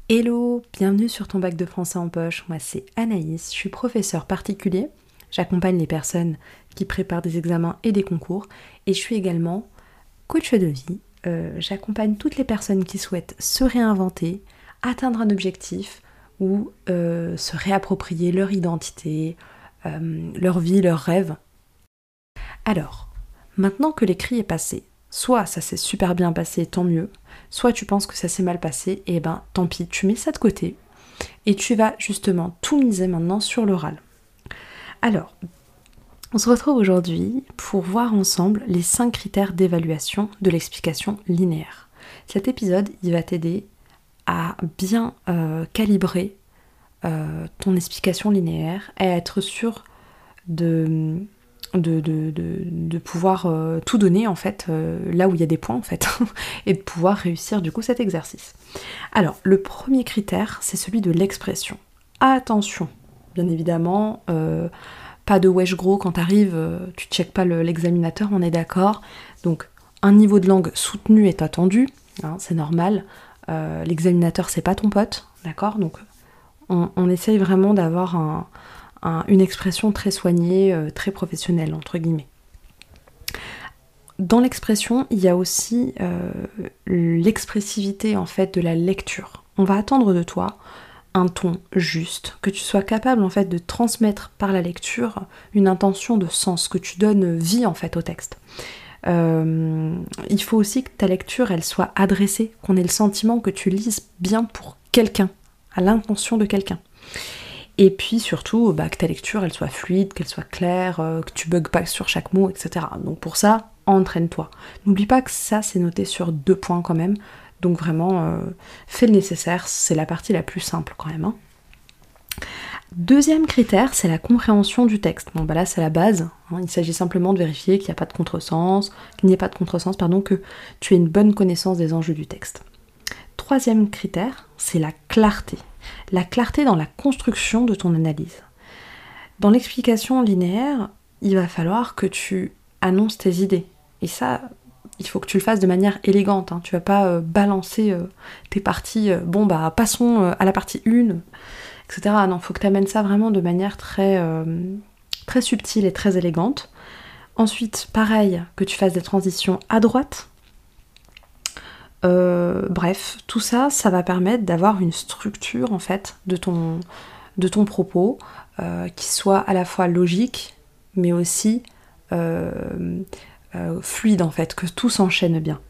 Hello, bienvenue sur ton bac de français en poche. Moi c'est Anaïs, je suis professeure particulier. J'accompagne les personnes qui préparent des examens et des concours. Et je suis également coach de vie. J'accompagne toutes les personnes qui souhaitent se réinventer, atteindre un objectif ou se réapproprier leur identité, leur vie, leurs rêves. Alors, maintenant que l'écrit est passé, soit ça s'est super bien passé, tant mieux, soit tu penses que ça s'est mal passé, et ben tant pis, tu mets ça de côté et tu vas justement tout miser maintenant sur l'oral. Alors, on se retrouve aujourd'hui pour voir ensemble les 5 critères d'évaluation de l'explication linéaire. Cet épisode, il va t'aider à bien calibrer ton explication linéaire et à être sûr de pouvoir tout donner en fait là où il y a des points en fait et de pouvoir réussir du coup cet exercice. Alors le premier critère c'est celui de l'expression. Attention, bien évidemment, pas de wesh gros quand t'arrives, tu checkes pas l'examinateur, on est d'accord. Donc un niveau de langue soutenu est attendu, hein, c'est normal. L'examinateur c'est pas ton pote, d'accord. Donc on essaye vraiment d'avoir une expression très soignée, très professionnelle, entre guillemets. Dans l'expression, il y a aussi l'expressivité en fait de la lecture. On va attendre de toi un ton juste, que tu sois capable en fait de transmettre par la lecture une intention de sens, que tu donnes vie en fait au texte. Il faut aussi que ta lecture elle soit adressée, qu'on ait le sentiment que tu lises bien pour quelqu'un, à l'intention de quelqu'un. Et puis surtout, que ta lecture elle soit fluide, qu'elle soit claire, que tu bugs pas sur chaque mot, etc. Donc pour ça, entraîne-toi. N'oublie pas que ça c'est noté sur 2 points quand même. Donc vraiment, fais le nécessaire, c'est la partie la plus simple quand même. Hein. Deuxième critère, c'est la compréhension du texte. Bon là c'est la base, hein. Il s'agit simplement de vérifier qu'il n'y a pas de contresens, que tu aies une bonne connaissance des enjeux du texte. Troisième critère, c'est la clarté. La clarté dans la construction de ton analyse. Dans l'explication linéaire, il va falloir que tu annonces tes idées. Et ça, il faut que tu le fasses de manière élégante. Hein. Tu vas pas balancer tes parties, passons à la partie 1, etc. Non, il faut que tu amènes ça vraiment de manière très, très subtile et très élégante. Ensuite, pareil, que tu fasses des transitions à droite. Bref, tout ça, ça va permettre d'avoir une structure en fait de ton propos qui soit à la fois logique mais aussi fluide en fait, que tout s'enchaîne bien.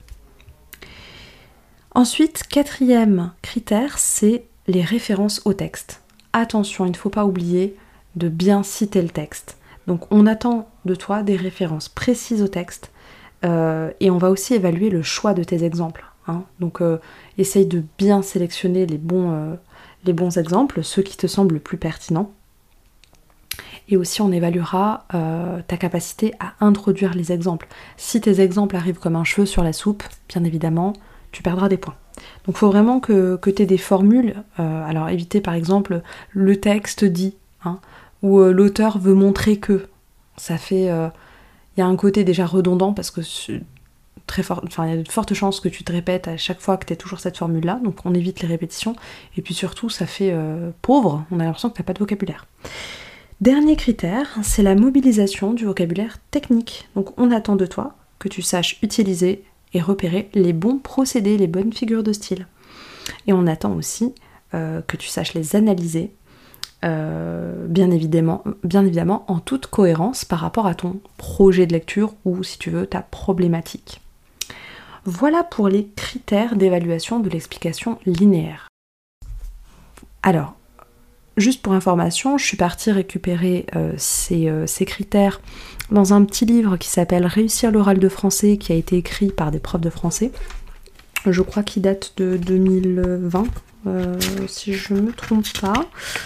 Ensuite, 4e critère, c'est les références au texte. Attention, il ne faut pas oublier de bien citer le texte. Donc on attend de toi des références précises au texte et on va aussi évaluer le choix de tes exemples. Hein. Donc essaye de bien sélectionner les bons exemples, ceux qui te semblent le plus pertinents. Et aussi on évaluera ta capacité à introduire les exemples. Si tes exemples arrivent comme un cheveu sur la soupe, bien évidemment, tu perdras des points. Donc il faut vraiment que tu aies des formules. Alors évitez par exemple le texte dit, hein, ou l'auteur veut montrer que. Ça fait... Il y a un côté déjà redondant parce que il y a de fortes chances que tu te répètes à chaque fois que tu as toujours cette formule-là, donc on évite les répétitions, et puis surtout ça fait pauvre, on a l'impression que tu n'as pas de vocabulaire. Dernier critère, c'est la mobilisation du vocabulaire technique. Donc on attend de toi que tu saches utiliser et repérer les bons procédés, les bonnes figures de style. Et on attend aussi que tu saches les analyser, bien évidemment en toute cohérence par rapport à ton projet de lecture ou si tu veux ta problématique. Voilà pour les critères d'évaluation de l'explication linéaire. Alors, juste pour information, je suis partie récupérer ces critères dans un petit livre qui s'appelle Réussir l'oral de français, qui a été écrit par des profs de français. Je crois qu'il date de 2020, si je ne me trompe pas.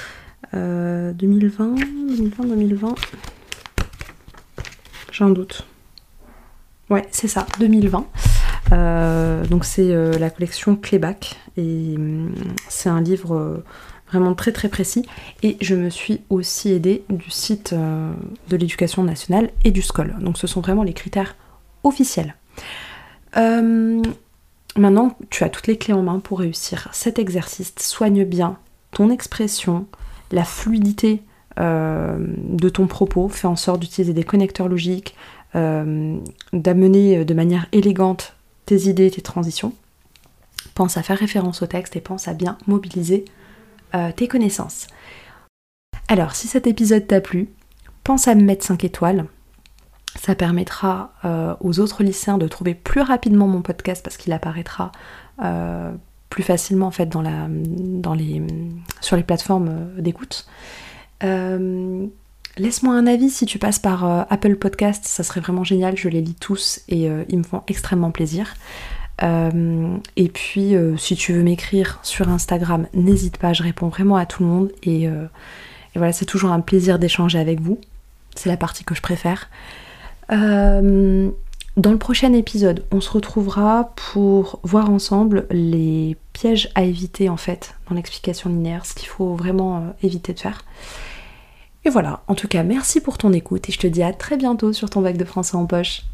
2020, j'ai un doute. Ouais, c'est ça, 2020. Donc c'est la collection Clébac et c'est un livre vraiment très très précis et je me suis aussi aidée du site de l'éducation nationale et du SCOL. Donc ce sont vraiment les critères officiels. Maintenant, tu as toutes les clés en main pour réussir cet exercice. Soigne bien ton expression, la fluidité de ton propos. Fais en sorte d'utiliser des connecteurs logiques, d'amener de manière élégante tes idées, tes transitions. Pense à faire référence au texte et pense à bien mobiliser tes connaissances. Alors, si cet épisode t'a plu, pense à me mettre 5 étoiles. Ça permettra aux autres lycéens de trouver plus rapidement mon podcast parce qu'il apparaîtra plus facilement en fait sur les plateformes d'écoute. Laisse-moi un avis si tu passes par Apple Podcast, ça serait vraiment génial, je les lis tous et ils me font extrêmement plaisir. Et puis si tu veux m'écrire sur Instagram, n'hésite pas, je réponds vraiment à tout le monde et voilà, c'est toujours un plaisir d'échanger avec vous, c'est la partie que je préfère. Dans le prochain épisode, on se retrouvera pour voir ensemble les pièges à éviter en fait dans l'explication linéaire, ce qu'il faut vraiment éviter de faire. Et voilà, en tout cas merci pour ton écoute et je te dis à très bientôt sur ton bac de français en poche.